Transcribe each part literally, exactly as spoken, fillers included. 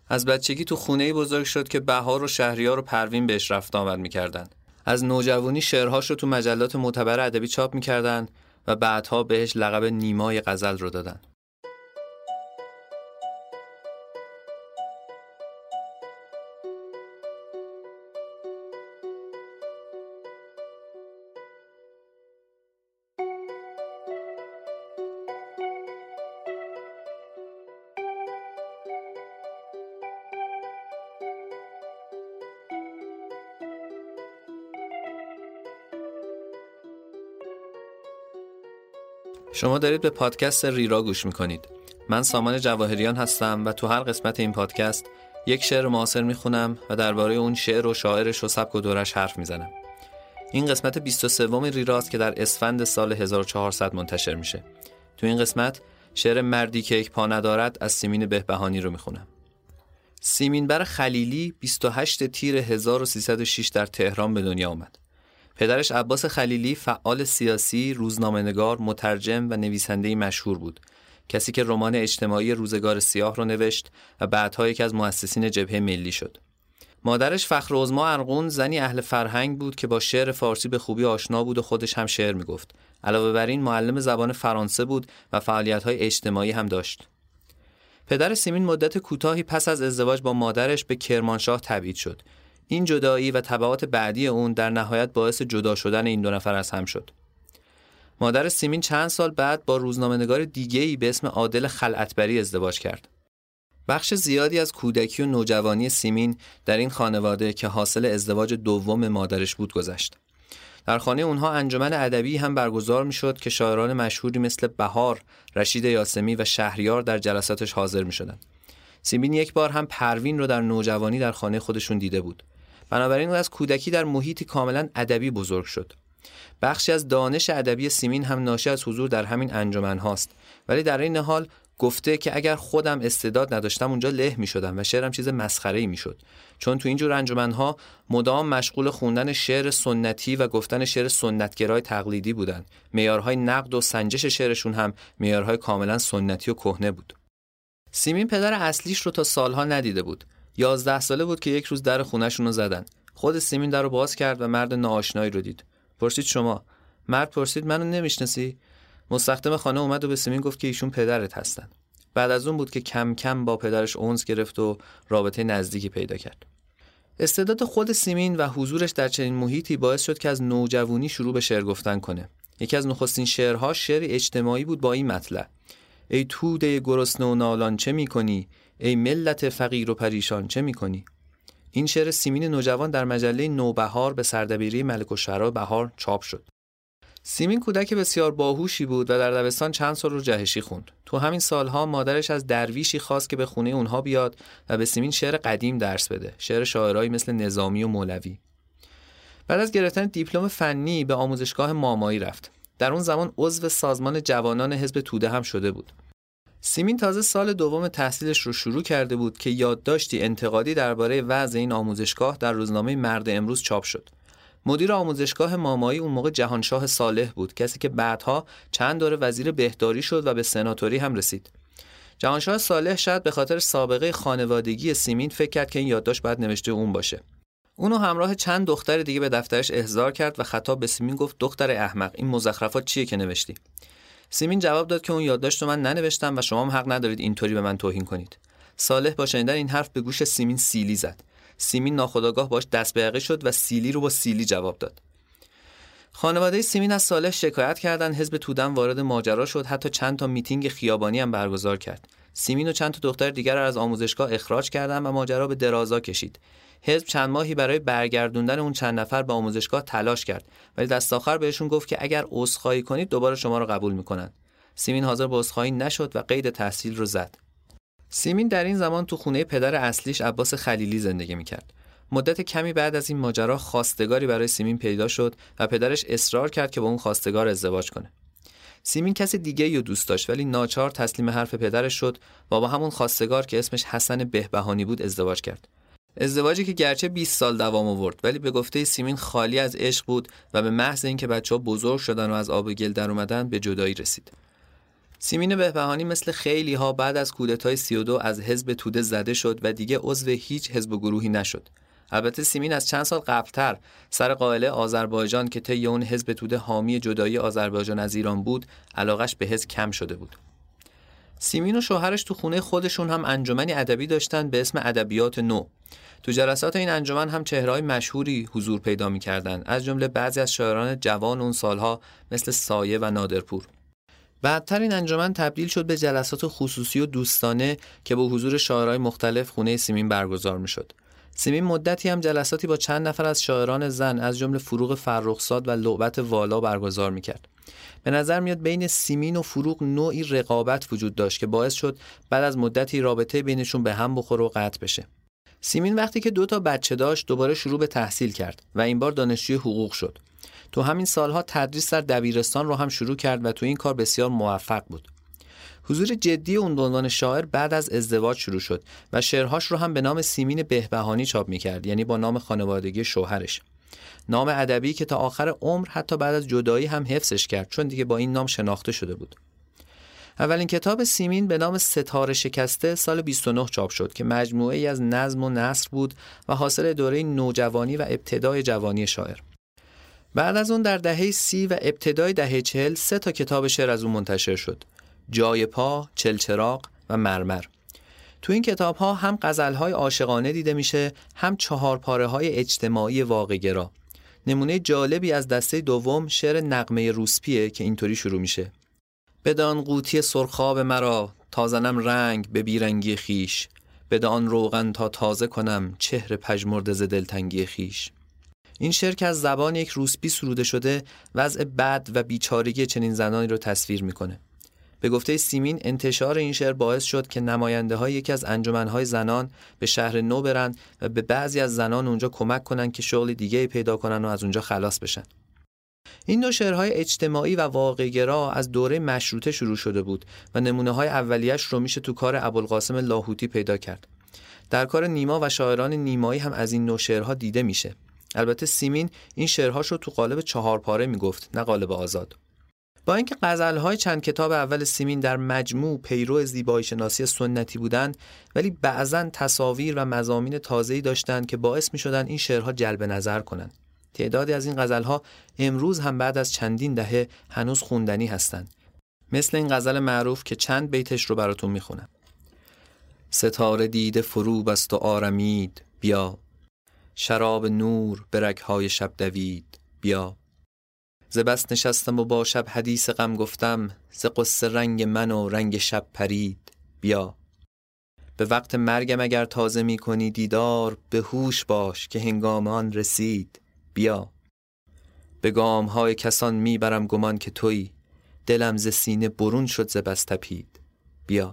از بچگی تو خونه‌ای بزرگ شد که بهار و شهریار و پروین بهش رفت آمد می‌کردن. از نوجوانی شعرهاش رو تو مجلات معتبر ادبی چاپ می‌کردن و بعدها بهش لقب نیمای غزل رو دادن. شما دارید به پادکست ریرا گوش میکنید. من سامان جواهریان هستم و تو هر قسمت این پادکست یک شعر معاصر میخونم و درباره اون شعر و شاعرش و سبک و دورش حرف میزنم. این قسمت بیست و سوم ریراست که در اسفند سال هزار و چهارصد منتشر میشه. تو این قسمت شعر مردی که یک پا ندارد از سیمین بهبهانی رو میخونم. سیمینبر خلیلی بیست و هشتم تیر هزار و سیصد و شش در تهران به دنیا آمد. پدرش عباس خلیلی فعال سیاسی، روزنامه‌نگار، مترجم و نویسنده‌ای مشهور بود. کسی که رمان اجتماعی روزگار سیاه رو نوشت و بعدها یکی از مؤسسین جبهه ملی شد. مادرش فخرعظما ارقون زنی اهل فرهنگ بود که با شعر فارسی به خوبی آشنا بود و خودش هم شعر میگفت. علاوه بر این معلم زبان فرانسه بود و فعالیت‌های اجتماعی هم داشت. پدر سیمین مدت کوتاهی پس از ازدواج با مادرش به کرمانشاه تبعید شد. این جدایی و تبعات بعدی اون در نهایت باعث جدا شدن این دو نفر از هم شد. مادر سیمین چند سال بعد با روزنامه‌نگار دیگه‌ای به اسم عادل خلعتبری ازدواج کرد. بخش زیادی از کودکی و نوجوانی سیمین در این خانواده که حاصل ازدواج دوم مادرش بود گذشت. در خانه اونها انجمن ادبی هم برگزار می‌شد که شاعران مشهوری مثل بهار، رشید یاسمی و شهریار در جلساتش حاضر می‌شدند. سیمین یک بار هم پروین رو در نوجوانی در خانه خودشون دیده بود. بنابراین او از کودکی در محیطی کاملا ادبی بزرگ شد. بخشی از دانش ادبی سیمین هم ناشی از حضور در همین انجمن هاست، ولی در این حال گفته که اگر خودم استعداد نداشتم اونجا له می‌شدم و شعرم چیز مسخره‌ای می‌شد، چون تو اینجور انجمن‌ها مدام مشغول خوندن شعر سنتی و گفتن شعر سنتگرای تقلیدی بودند. معیارهای نقد و سنجش شعرشون هم معیارهای کاملا سنتی و کهنه بود. سیمین پدر اصلیش رو تا سالها ندیده بود. یازده ساله بود که یک روز در خونه‌شون رو زدن. خود سیمین در رو باز کرد و مرد ناآشنایی رو دید. پرسید شما؟ مرد پرسید منو نمیشناسی؟ مستخدم خانه اومد و به سیمین گفت که ایشون پدرت هستن. بعد از اون بود که کم کم با پدرش اونس گرفت و رابطه نزدیکی پیدا کرد. استعداد خود سیمین و حضورش در چنین محیطی باعث شد که از نوجوانی شروع به شعر گفتن کنه. یکی از نخستین شعرها شعر اجتماعی بود با این مطلع: ای توده گرسنه و نالان چه میکنی؟ ای ملت فقیر و پریشان چه میکنی؟ این شعر سیمین نوجوان در مجله نوبهار به سردبیری ملک الشعراء بهار چاپ شد. سیمین کودک بسیار باهوشی بود و در دبستان چند سال رو جهشی خوند. تو همین سالها مادرش از درویشی خواست که به خونه اونها بیاد و به سیمین شعر قدیم درس بده، شعر شاعرایی مثل نظامی و مولوی. بعد از گرفتن دیپلم فنی به آموزشگاه مامایی رفت. در اون زمان عضو سازمان جوانان حزب توده هم شده بود. سیمین تازه سال دوم تحصیلش رو شروع کرده بود که یادداشتی انتقادی درباره وضع این آموزشگاه در روزنامه مرد امروز چاپ شد. مدیر آموزشگاه مامایی اون موقع جهانشاه صالح بود، کسی که بعدها چند دوره وزیر بهداری شد و به سناتوری هم رسید. جهانشاه صالح شاید به خاطر سابقه خانوادگی سیمین فکر کرد که این یادداشت باید نوشته اون باشه. اونو همراه چند دختر دیگه به دفترش احضار کرد و خطاب به سیمین گفت دختر احمق، این مزخرفات چیه که نوشتی؟ سیمین جواب داد که اون یادداشت رو من ننوشتم و شما هم حق ندارید اینطوری به من توهین کنید. صالح با شنیدن این حرف به گوش سیمین سیلی زد. سیمین ناخودآگاه باش دست به یقه شد و سیلی رو با سیلی جواب داد. خانواده سیمین از صالح شکایت کردن، حزب توده وارد ماجرا شد، حتی چند تا میتینگ خیابانی هم برگزار کرد. سیمین و چند تا دختر دیگر را از آموزشگاه اخراج کردند و ماجرا به درازا کشید. حزب چند ماهی برای برگردوندن اون چند نفر به آموزشگاه تلاش کرد، ولی دست آخر بهشون گفت که اگر عذرخواهی کنید دوباره شما رو قبول میکنن. سیمین حاضر به عذرخواهی نشد و قید تحصیل رو زد. سیمین در این زمان تو خونه پدر اصلیش عباس خلیلی زندگی میکرد. مدت کمی بعد از این ماجرا خواستگاری برای سیمین پیدا شد و پدرش اصرار کرد که با اون خواستگار ازدواج کنه. سیمین کسی دیگه‌ای رو دوست داشت ولی ناچار تسلیم حرف پدرش شد و با همون خواستگار که اسمش حسن بهبهانی بود ازدواج کرد. ازدواجی که گرچه بیست سال دوام آورد ولی به گفته سیمین خالی از عشق بود و به محض اینکه بچه‌ها بزرگ شدن و از آب و گل در اومدن به جدایی رسید. سیمین بهبهانی مثل خیلی ها بعد از کودتای سی و دو از حزب توده زده شد و دیگه عضو هیچ حزب و گروهی نشد. البته سیمین از چند سال قبلتر سر قائله آذربایجان که طی اون حزب توده حامی جدایی آذربایجان از ایران بود، علاقش به حزب کم شده بود. سیمین و شوهرش تو خونه خودشون هم انجمنی ادبی داشتن به اسم ادبیات نو. تو جلسات این انجمن هم چهره‌های مشهوری حضور پیدا می‌کردن، از جمله بعضی از شاعران جوان اون سالها مثل سایه و نادرپور. بعدتر این انجمن تبدیل شد به جلسات خصوصی و دوستانه که با حضور شاعرای مختلف خونه سیمین برگزار می‌شد. سیمین مدتی هم جلساتی با چند نفر از شاعران زن از جمله فروغ فرخزاد و لعبت والا برگزار می‌کرد. به نظر میاد بین سیمین و فروغ نوعی رقابت وجود داشت که باعث شد بعد از مدتی رابطه بینشون به هم بخوره و قطع بشه. سیمین وقتی که دو تا بچه داشت دوباره شروع به تحصیل کرد و این بار دانشجوی حقوق شد. تو همین سالها تدریس در دبیرستان رو هم شروع کرد و تو این کار بسیار موفق بود. حضور جدی اون به عنوان شاعر بعد از ازدواج شروع شد و شعرهاش رو هم به نام سیمین بهبهانی چاپ می‌کرد، یعنی با نام خانوادگی شوهرش. نام ادبی که تا آخر عمر حتی بعد از جدایی هم حفظش کرد چون دیگه با این نام شناخته شده بود. اولین کتاب سیمین به نام ستاره شکسته سال بیست و نه چاپ شد که مجموعه ای از نظم و نثر بود و حاصل دوره نوجوانی و ابتدای جوانی شاعر. بعد از اون در دهه سی و ابتدای دهه چهل سه تا کتاب شعر از اون منتشر شد: جای پا، چلچراغ و مرمر. تو این کتاب‌ها هم غزل‌های عاشقانه دیده میشه، هم چهار پاره‌های اجتماعی واقع‌گرا. نمونه جالبی از دسته دوم شعر نغمه روسپیه که اینطوری شروع میشه: بدان قوطی سرخاب مرا تا زنم رنگ به بیرنگی خیش، بدان روغن تا تازه کنم چهره پژمرده ز دلتنگی خیش. این شعر که از زبان یک روسپی سروده شده وضع بد و بیچارگی چنین زنانی رو تصویر میکنه. به گفته سیمین انتشار این شعر باعث شد که نماینده‌های یکی از انجمن‌های زنان به شهر نو برن و به بعضی از زنان اونجا کمک کنن که شغل دیگه‌ای پیدا کنن و از اونجا خلاص بشن. این نوع شعرهای اجتماعی و واقع‌گرا از دوره مشروطه شروع شده بود و نمونه‌های اولیه‌اش رو میشه تو کار ابوالقاسم لاهوتی پیدا کرد. در کار نیما و شاعران نیمایی هم از این نوع شعرها دیده میشه. البته سیمین این شعرهاش رو تو قالب چهار پاره میگفت، نه قالب آزاد. با اینکه غزل‌های چند کتاب اول سیمین در مجموع پیرو زیبایی شناسی سنتی بودند، ولی بعضاً تصاویر و مضامین تازه‌ای داشتند که باعث می‌شدند این شعرها جلب نظر کنند. تعدادی از این غزل‌ها امروز هم بعد از چندین دهه هنوز خوندنی هستند. مثل این غزل معروف که چند بیتش رو براتون میخونم: ستاره دیده فرو بست و آرمید، بیا شراب نور به رگ‌های شب دوید، بیا ز بس نشستم و با شب حدیث غم گفتم، ز قصه رنگ من و رنگ شب پرید، بیا به وقت مرگم اگر تازه می کنی دیدار، به هوش باش که هنگام آن رسید، بیا به گام های کسان می برم گمان که تویی، دلم ز سینه برون شد ز بس تپید، بیا.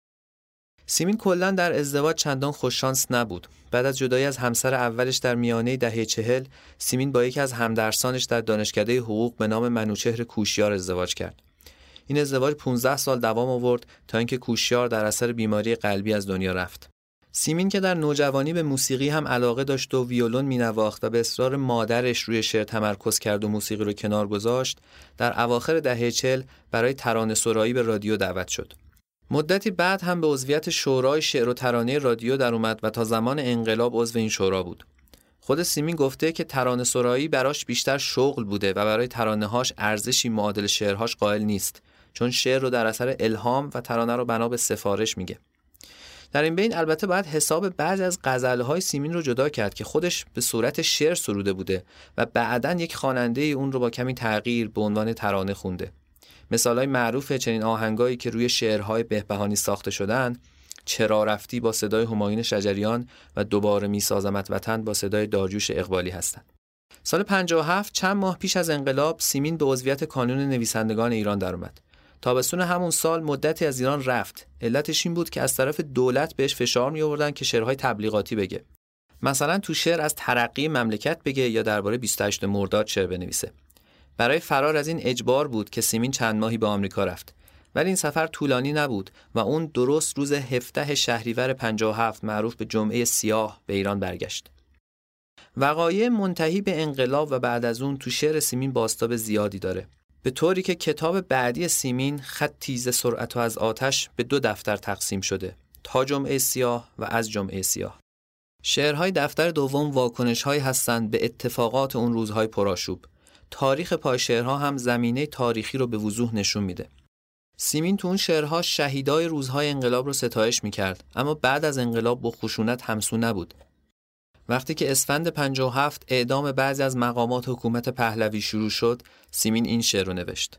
سیمین کلاً در ازدواج چندان خوششانس نبود. بعد از جدایی از همسر اولش در میانه دهه چهل، سیمین با یکی از همدرسانش در دانشکده حقوق به نام منوچهر کوشیار ازدواج کرد. این ازدواج پانزده سال دوام آورد تا اینکه کوشیار در اثر بیماری قلبی از دنیا رفت. سیمین که در نوجوانی به موسیقی هم علاقه داشت و ویولون مینواخت و به اصرار مادرش روی شعر تمرکز کرد و موسیقی رو کنار گذاشت، در اواخر دهه چهل برای ترانه‌سرایی به رادیو دعوت شد. مدتی بعد هم به عضویت شورای شعر و ترانه رادیو در اومد و تا زمان انقلاب عضو این شورا بود. خود سیمین گفته که ترانه‌سرایی براش بیشتر شغل بوده و برای ترانه‌هاش ارزشی معادل شعرهاش قائل نیست، چون شعر رو در اثر الهام و ترانه رو بنا به سفارش میگه. در این بین البته باید حساب بعضی از غزل‌های سیمین رو جدا کرد که خودش به صورت شعر سروده بوده و بعداً یک خواننده اون رو با کمی تغییر به عنوان ترانه خونده. مثالای معروف چنین آهنگایی که روی شعرهای بهبهانی ساخته شدن: چرا رفتی با صدای همایون شجریان و دوباره میسازمت وطن با صدای داریوش اقبالی هستند. سال پنجاه و هفت چند ماه پیش از انقلاب سیمین به عضویت کانون نویسندگان ایران درآمد. تابستون همون سال مدتی از ایران رفت. علتش این بود که از طرف دولت بهش فشار می آوردن که شعرهای تبلیغاتی بگه. مثلا تو شعر از ترقی مملکت بگه یا درباره بیست و هشتم مرداد شعر بنویسه. برای فرار از این اجبار بود که سیمین چند ماهی به آمریکا رفت. ولی این سفر طولانی نبود و اون درست روز هفدهم شهریور پنجاه و هفت معروف به جمعه سیاه به ایران برگشت. وقایع منتهی به انقلاب و بعد از اون تو شعر سیمین بازتاب زیادی داره. به طوری که کتاب بعدی سیمین خطی ز سرعت و از آتش به دو دفتر تقسیم شده، تا جمعه سیاه و از جمعه سیاه. شعرهای دفتر دوم واکنش‌هایی هستند به اتفاقات اون روزهای پرآشوب. تاریخ پای شعرها هم زمینه تاریخی رو به وضوح نشون میده. سیمین تو اون شعرها شهیدای روزهای انقلاب رو ستایش میکرد، اما بعد از انقلاب با خشونت همسو نبود. وقتی که اسفند پنجاه و هفت اعدام بعضی از مقامات حکومت پهلوی شروع شد، سیمین این شعر رو نوشت: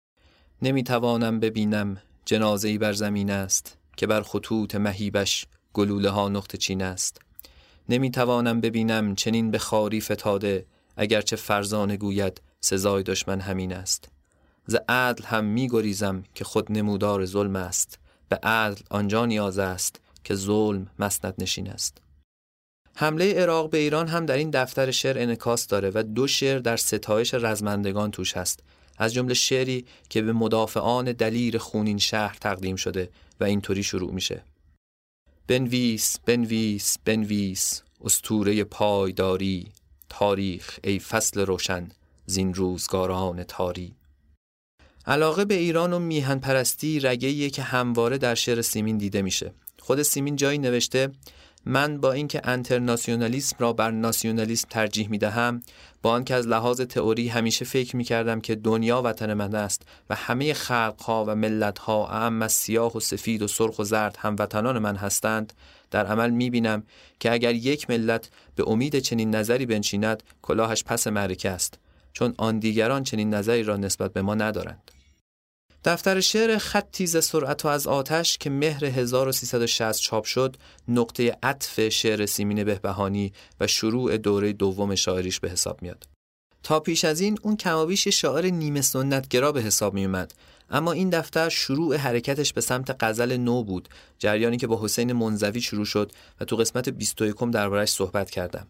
نمیتوانم ببینم جنازه‌ای بر زمین است که بر خطوط مهیبش گلوله ها نقطه چین است. نمیتوانم ببینم چنین به خاری فتاده، اگرچه فرزانه گوید سزای دشمن همین است. ز عدل هم می گریزم که خود نمودار ظلم است، به عدل آنجا نیاز است که ظلم مسند نشین است. حمله عراق به ایران هم در این دفتر شعر انعکاس داره و دو شعر در ستایش رزمندگان توش هست، از جمله شعری که به مدافعان دلیر خونین شهر تقدیم شده و اینطوری شروع میشه: بنویس بنویس بنویس اسطوره پایداری، تاریخ ای فصل روشن زین روزگاران تاری. علاقه به ایران و میهن پرستی رگه‌ایه که همواره در شعر سیمین دیده میشه. خود سیمین جایی نوشته: من با اینکه انترناسیونالیسم را بر ناسیونالیسم ترجیح میدهم، با آنکه از لحاظ تئوری همیشه فکر میکردم که دنیا وطن من است و همه خلقها و ملتها اعم از سیاه و سفید و سرخ و زرد هموطنان من هستند، در عمل میبینم که اگر یک ملت به امید چنین نظری بنشیند، کلاهش پس معرکه است، چون آن دیگران چنین نظری را نسبت به ما ندارند. دفتر شعر خطی ز سرعت و از آتش که مهر هزار و سیصد و شصت چاپ شد، نقطه عطف شعر سیمین بهبهانی و شروع دوره دوم شاعریش به حساب میاد. تا پیش از این اون کمابیش شاعر نیمه سنتگرا به حساب می اومد، اما این دفتر شروع حرکتش به سمت غزل نو بود، جریانی که با حسین منزوی شروع شد و تو قسمت بیست و یکم دربارش صحبت کردم.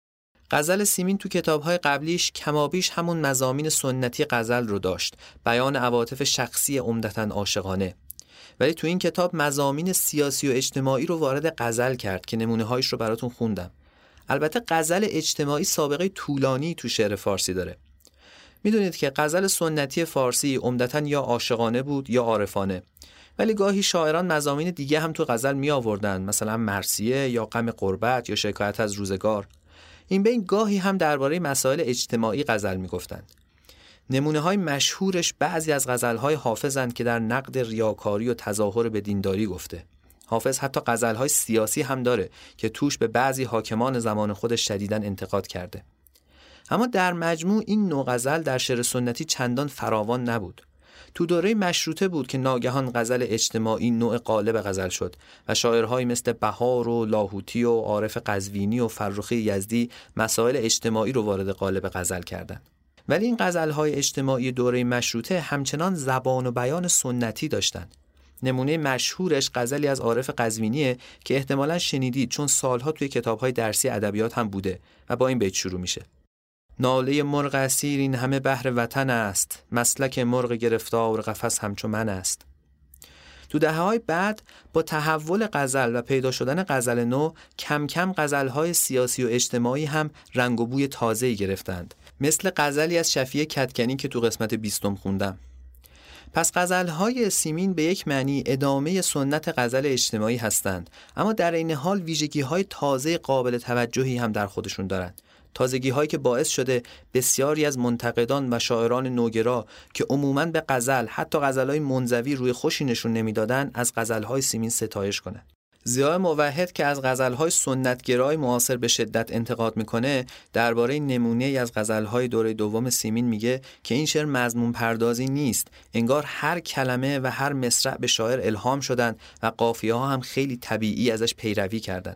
غزل سیمین تو کتاب‌های قبلیش کمابیش همون مضامین سنتی غزل رو داشت، بیان عواطف شخصی عمدتاً عاشقانه، ولی تو این کتاب مضامین سیاسی و اجتماعی رو وارد غزل کرد که نمونه‌هایش رو براتون خوندم. البته غزل اجتماعی سابقه طولانی تو شعر فارسی داره. میدونید که غزل سنتی فارسی عمدتاً یا عاشقانه بود یا عارفانه، ولی گاهی شاعران مضامین دیگه هم تو غزل می آوردن، مثلا مرثیه یا غم غربت یا شکایت از روزگار. این بین گاهی هم درباره مسائل اجتماعی غزل میگفتند. نمونه‌های مشهورش بعضی از غزل‌های حافظند که در نقد ریاکاری و تظاهر به دینداری گفته. حافظ حتی غزل‌های سیاسی هم داره که توش به بعضی حاکمان زمان خودش شدیداً انتقاد کرده. اما در مجموع این نوع غزل در شعر سنتی چندان فراوان نبود. تو دوره مشروطه بود که ناگهان غزل اجتماعی نوع غالب غزل شد و شاعرهایی مثل بهار و لاهوتی و عارف قزوینی و فرخی یزدی مسائل اجتماعی رو وارد قالب غزل کردند. ولی این غزل‌های اجتماعی دوره مشروطه همچنان زبان و بیان سنتی داشتند. نمونه مشهورش غزلی از عارف قزوینیه که احتمالاً شنیدید، چون سالها توی کتاب‌های درسی ادبیات هم بوده و با این بیت شروع میشه: ناله مرغ اسیر این همه بهر وطن است، مسلک مرغ گرفتار قفس همچو من است. تو دهه‌های بعد با تحول غزل و پیدا شدن غزل نو، کم کم غزل‌های سیاسی و اجتماعی هم رنگ و بوی تازه‌ای گرفتند، مثل غزلی از شفیع کدکنی که تو قسمت بیستم خوندم. پس غزل‌های سیمین به یک معنی ادامه سنت غزل اجتماعی هستند، اما در این حال ویژگی‌های تازه قابل توجهی هم در خودشون دارند. تازگی هایی که باعث شده بسیاری از منتقدان و شاعران نوگرا که عموماً به غزل، حتی غزل‌های منزوی، روی خوشی نشون نمیدادن، از غزل‌های سیمین ستایش کنند. ضیاء موحد که از غزل‌های سنتگرای معاصر به شدت انتقاد میکنه، درباره نمونه ای از غزل‌های دوره دوم سیمین میگه که این شعر مضمون پردازی نیست، انگار هر کلمه و هر مصرع به شاعر الهام شدن و قافیه‌ها هم خیلی طبیعی ازش پیروی کردن.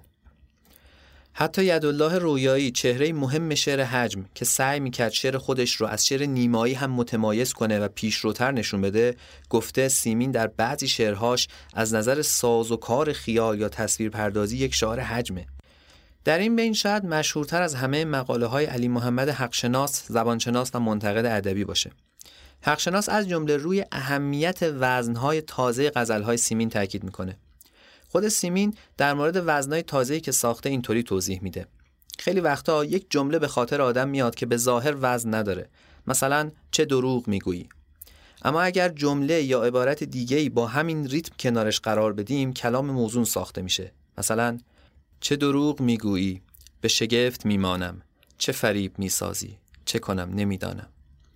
حتی یدالله رویایی، چهره مهم شعر حجم که سعی میکرد شعر خودش رو از شعر نیمایی هم متمایز کنه و پیشروتر نشون بده، گفته سیمین در بعضی شعرهاش از نظر ساز و کار خیال یا تصویر پردازی یک شاعر حجمه. در این بین شاید مشهورتر از همه مقاله های علی محمد حقشناس، زبانشناس و منتقد ادبی باشه. حقشناس از جمله روی اهمیت وزنهای تازه غزلهای سیمین تاکید میکنه. خود سیمین در مورد وزنای تازه‌ای که ساخته اینطوری توضیح میده: خیلی وقتا یک جمله به خاطر آدم میاد که به ظاهر وزن نداره، مثلا چه دروغ میگویی. اما اگر جمله یا عبارت دیگه‌ای با همین ریتم کنارش قرار بدیم کلام موزون ساخته میشه. مثلا چه دروغ میگویی، به شگفت میمانم، چه فریب میسازی، چه کنم نمیدانم.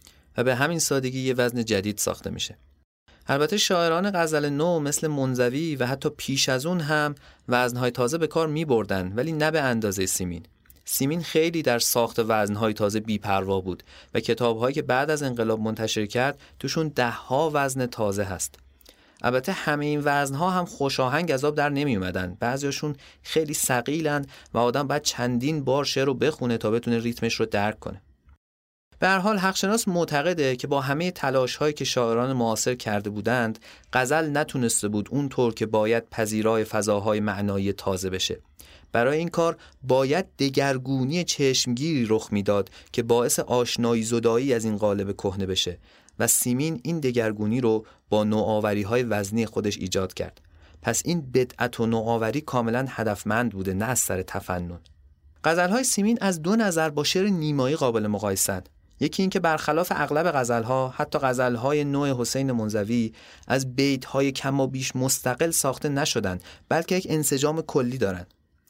و به همین سادگی یه وزن جدید ساخته میشه. البته شاعران غزل نو مثل منزوی و حتی پیش از اون هم وزنهای تازه به کار می بردن، ولی نه به اندازه سیمین. سیمین خیلی در ساخت وزنهای تازه بی‌پروا بود و کتاب‌هایی که بعد از انقلاب منتشر کرد توشون ده ها وزن تازه هست. البته همه این وزنها هم خوشاهنگ از آب در نمی اومدن. بعضیاشون خیلی ثقیلن و آدم باید چندین بار شعر رو بخونه تا بتونه ریتمش رو درک کنه. به هر حال حقشناس معتقده که با همه تلاش‌هایی که شاعران معاصر کرده بودند، غزل نتونسته بود اونطور که باید پذیرای فضاهای معنایی تازه بشه. برای این کار باید دگرگونی چشمگیری رخ میداد که باعث آشنایی زدایی از این قالب کهنه بشه و سیمین این دگرگونی رو با نوآوری‌های وزنی خودش ایجاد کرد. پس این بدعت و نوآوری کاملاً هدفمند بوده، نه از سر تفنن. غزل‌های سیمین از دو نظر با شعر نیمایی قابل مقایسه‌اند. یکی این که برخلاف اغلب غزل‌ها، حتی غزل‌های نوع حسین منزوی از بیت‌های کم و بیش مستقل ساخته نشدن، بلکه یک انسجام کلی دارن.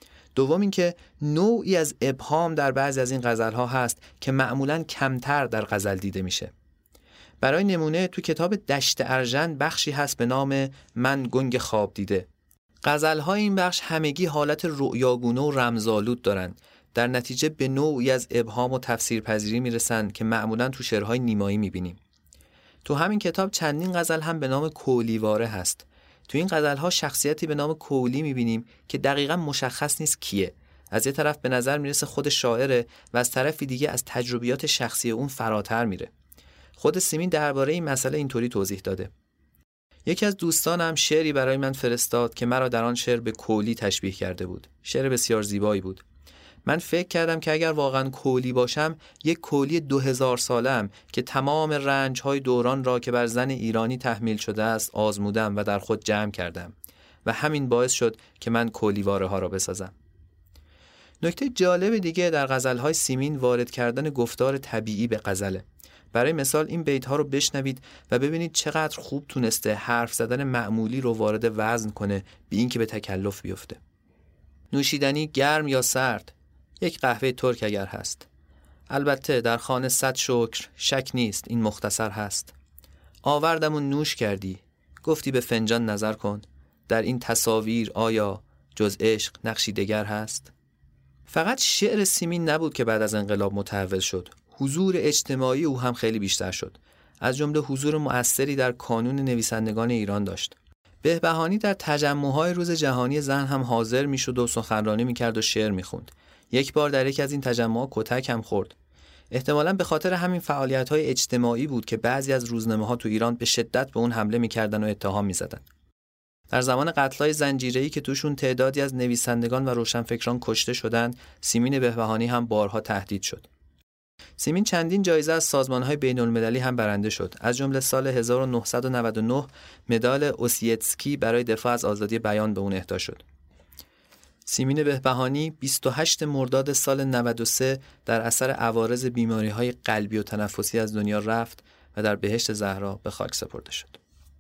دوم این که نوعی از ابهام در بعضی از این غزل‌ها هست که معمولاً کمتر در غزل دیده میشه. برای نمونه تو کتاب دشت ارژن بخشی هست به نام من گنگ خواب دیده. غزل‌های این بخش همگی حالت رؤیاگونه و رمزآلود دارن. در نتیجه به نوعی از ابهام و تفسیرپذیری میرسن که معمولاً تو شعرهای نیمایی میبینیم. تو همین کتاب چندین غزل هم به نام کولیواره هست. تو این غزل‌ها شخصیتی به نام کولی میبینیم که دقیقاً مشخص نیست کیه. از یه طرف به نظر میرسه خود شاعره و از طرفی دیگه از تجربیات شخصی اون فراتر میره. خود سیمین درباره این مسئله اینطوری توضیح داده: یکی از دوستانم شعری برای من فرستاد که مرا در آن شعر به کولی تشبیه کرده بود. شعر بسیار زیبایی بود. من فکر کردم که اگر واقعا کولی باشم، یک کولی دو هزار سالم که تمام رنج‌های دوران را که بر زن ایرانی تحمیل شده است آزمودم و در خود جمع کردم و همین باعث شد که من کولیواره ها را بسازم. نکته جالب دیگه در غزل‌های سیمین وارد کردن گفتار طبیعی به غزله. برای مثال این بیت‌ها رو بشنوید و ببینید چقدر خوب تونسته حرف زدن معمولی رو وارد وزن کنه بی اینکه به تکلف بیفته. نوشیدنی گرم یا سرد، یک قهوه ترک اگر هست. البته در خانه صد شکر، شک نیست این مختصر هست. آوردم و نوش کردی، گفتی به فنجان نظر کن. در این تصاویر آیا جز عشق نقشی دگر هست؟ فقط شعر سیمین نبود که بعد از انقلاب متحول شد. حضور اجتماعی او هم خیلی بیشتر شد. از جمله حضور مؤثری در کانون نویسندگان ایران داشت. بهبهانی در تجمع‌های روز جهانی زن هم حاضر می‌شد و سخنرانی می‌کرد و شعر می‌خوند. یک بار در یکی از این تجمع‌ها کتک هم خورد. احتمالاً به خاطر همین فعالیت‌های اجتماعی بود که بعضی از روزنامه‌ها تو ایران به شدت به اون حمله می‌کردن و اتهام می‌زدن. در زمان قتل‌های زنجیره‌ای که توشون تعدادی از نویسندگان و روشنفکران کشته شدند، سیمین بهبهانی هم بارها تهدید شد. سیمین چندین جایزه از سازمان‌های بین‌المللی هم برنده شد. از جمله سال هزار و نهصد و نود و نه مدال اوسیتسکی برای دفاع از آزادی بیان به اون اهدا شد. سیمین بهبهانی بیست و هشتم مرداد سال نود و سه در اثر عوارض بیماری‌های قلبی و تنفسی از دنیا رفت و در بهشت زهرا به خاک سپرده شد.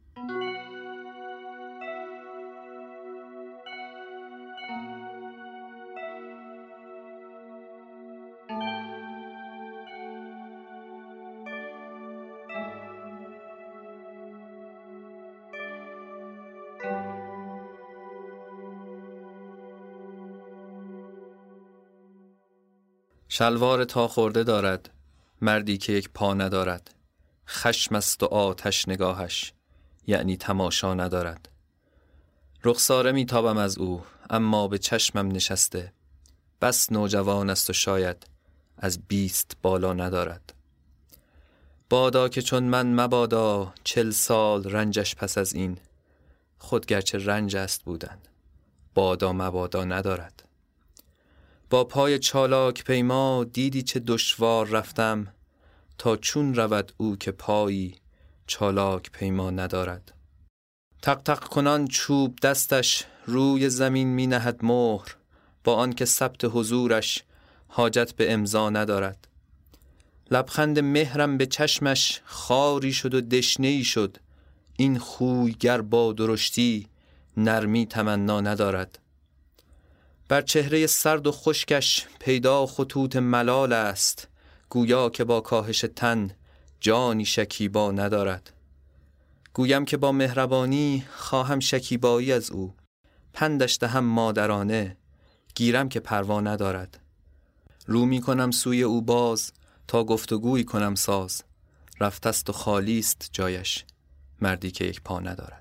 شلوار تا خورده دارد مردی که یک پا ندارد، خشم است و آتش نگاهش یعنی تماشا ندارد. رخساره می تابم از او اما به چشمم نشسته، بس نوجوان است و شاید از بیست بالا ندارد. بادا که چون من مبادا چل سال رنجش پس از این، خود گرچه رنج است بودن بادا مبادا ندارد. با پای چالاک پیما دیدی چه دشوار رفتم، تا چون رود او که پایی چالاک پیما ندارد. تق تق کنان چوب دستش روی زمین می نهد مهر، با آن که ثبت حضورش حاجت به امضا ندارد. لبخند مهرم به چشمش خاری شد و دشنه‌ای شد. این خوی گر با درشتی نرمی تمنا ندارد. بر چهره سرد و خشکش پیدا خطوط ملال است، گویا که با کاهش تن جانی شکیبا ندارد. گویم که با مهربانی خواهم شکیبایی از او، پندش دهم مادرانه، گیرم که پروا ندارد. رو می کنم سوی او باز تا گفتگویی کنم ساز، رفتست و خالی است جایش، مردی که یک پا ندارد.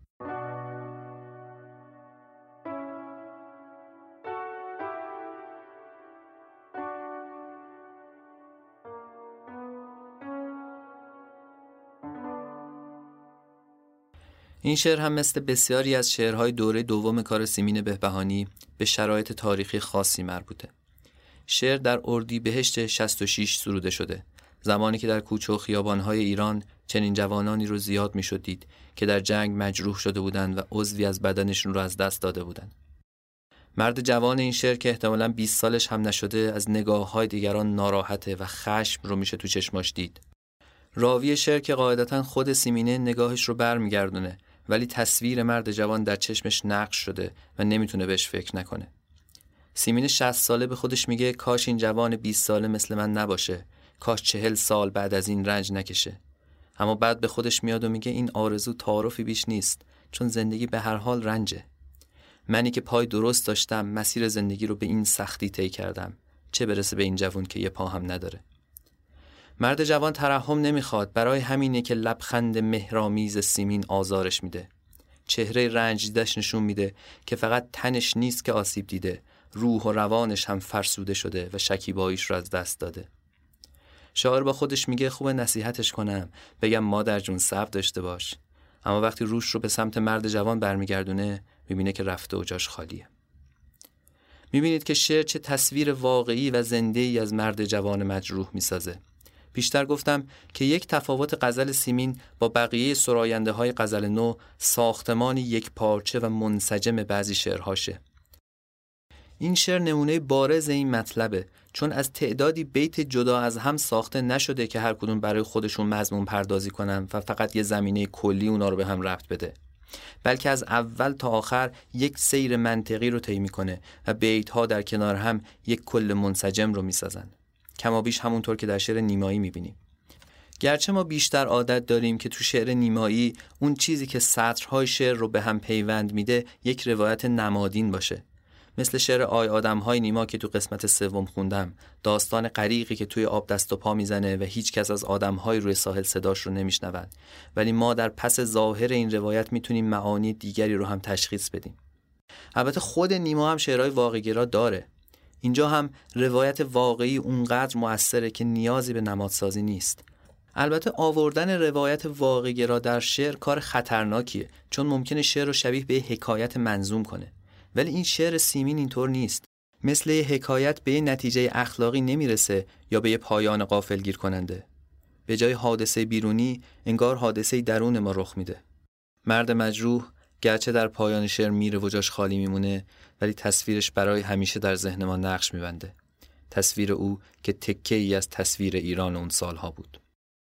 این شعر هم مثل بسیاری از شعرهای دوره دوم کار سیمین بهبهانی به شرایط تاریخی خاصی مربوطه. شعر در اردیبهشت شصت و شش سروده شده، زمانی که در کوچه و خیابان‌های ایران چنین جوانانی رو زیاد می‌شد دید که در جنگ مجروح شده بودند و عضوی از بدنشون رو از دست داده بودند. مرد جوان این شعر که احتمالاً بیست سالش هم نشده از نگاه‌های دیگران ناراحته و خشم رو میشه تو چشماش دید. راوی شعر که قاعدتاً خود سیمینه نگاهش رو برمیگردونه، ولی تصویر مرد جوان در چشمش نقش شده و نمیتونه بهش فکر نکنه. سیمین شصت ساله به خودش میگه کاش این جوان بیست ساله مثل من نباشه، کاش چهل سال بعد از این رنج نکشه. اما بعد به خودش میاد و میگه این آرزو تعارفی بیش نیست، چون زندگی به هر حال رنجه. منی که پای درست داشتم مسیر زندگی رو به این سختی طی کردم، چه برسه به این جوان که یه پا هم نداره. مرد جوان ترحم نمیخواد، برای همینه که لبخند مهرامیز سیمین آزارش میده. چهره رنج دیدش نشون میده که فقط تنش نیست که آسیب دیده، روح و روانش هم فرسوده شده و شکیباییش رو از دست داده. شاعر با خودش میگه خوب نصیحتش کنم، بگم مادر جون صبر داشته باش، اما وقتی روش رو به سمت مرد جوان برمیگردونه میبینه که رفته و جاش خالیه. میبینید که شعر چه تصویر واقعی و زنده‌ای از مرد جوان مجروح میسازه. پیشتر گفتم که یک تفاوت غزل سیمین با بقیه سراینده های غزل نو ساختمانی یک پارچه و منسجم بعضی شعرهاشه. این شعر نمونه بارز این مطلبه، چون از تعدادی بیت جدا از هم ساخته نشده که هر کدوم برای خودشون مضمون پردازی کنن و فقط یه زمینه کلی اونا رو به هم ربط بده، بلکه از اول تا آخر یک سیر منطقی رو طی میکنه و بیت‌ها در کنار هم یک کل منسجم رو میسازن، کمابیش همونطور که در شعر نیمایی میبینیم. گرچه ما بیشتر عادت داریم که تو شعر نیمایی اون چیزی که سطرهای شعر رو به هم پیوند میده یک روایت نمادین باشه، مثل شعر آی آدم‌های نیما که تو قسمت سوم خوندم، داستان غریقی که توی آب دست و پا میزنه و هیچ کس از آدم‌های روی ساحل صداش رو نمیشنون، ولی ما در پس ظاهر این روایت میتونیم معانی دیگری رو هم تشخیص بدیم. البته خود نیما هم شعرهای واقع‌گرا داره. اینجا هم روایت واقعی اونقدر مؤثره که نیازی به نمادسازی نیست. البته آوردن روایت واقع‌گرا در شعر کار خطرناکیه، چون ممکنه شعر رو شبیه به حکایت منظوم کنه. ولی این شعر سیمین اینطور نیست. مثل یه حکایت به یه نتیجه اخلاقی نمیرسه یا به یه پایان غافلگیر کننده. به جای حادثه بیرونی انگار حادثه درون ما رخ میده. مرد مجروح گرچه در پایان شعر میره و جاش خالی میمونه، ولی تصویرش برای همیشه در ذهن ما نقش میبنده. تصویر او که تکه‌ای از تصویر ایران اون سالها بود.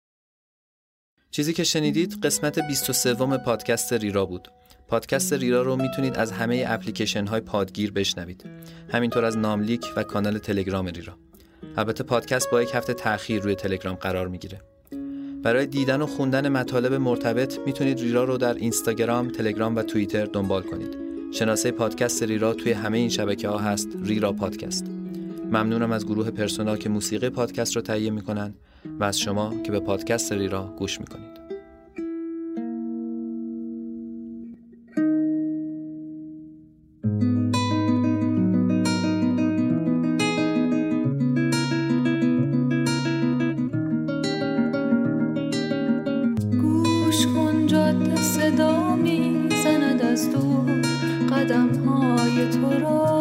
چیزی که شنیدید قسمت بیست و سه پادکست ریرا بود. پادکست ریرا رو میتونید از همه اپلیکیشن های پادگیر بشنوید، همینطور از ناملیک و کانال تلگرام ریرا. البته پادکست با یک هفته تأخیر روی تلگرام قرار میگیره. برای دیدن و خوندن مطالب مرتبط میتونید ریرا رو در اینستاگرام، تلگرام و توییتر دنبال کنید. شناسه پادکست ریرا توی همه این شبکه ها هست، ریرا پادکست. ممنونم از گروه پرسونا که موسیقی پادکست رو تهیه میکنن و از شما که به پادکست ریرا گوش میکنید. گوش کن جاده صدا میزند از دور، قدم های تو را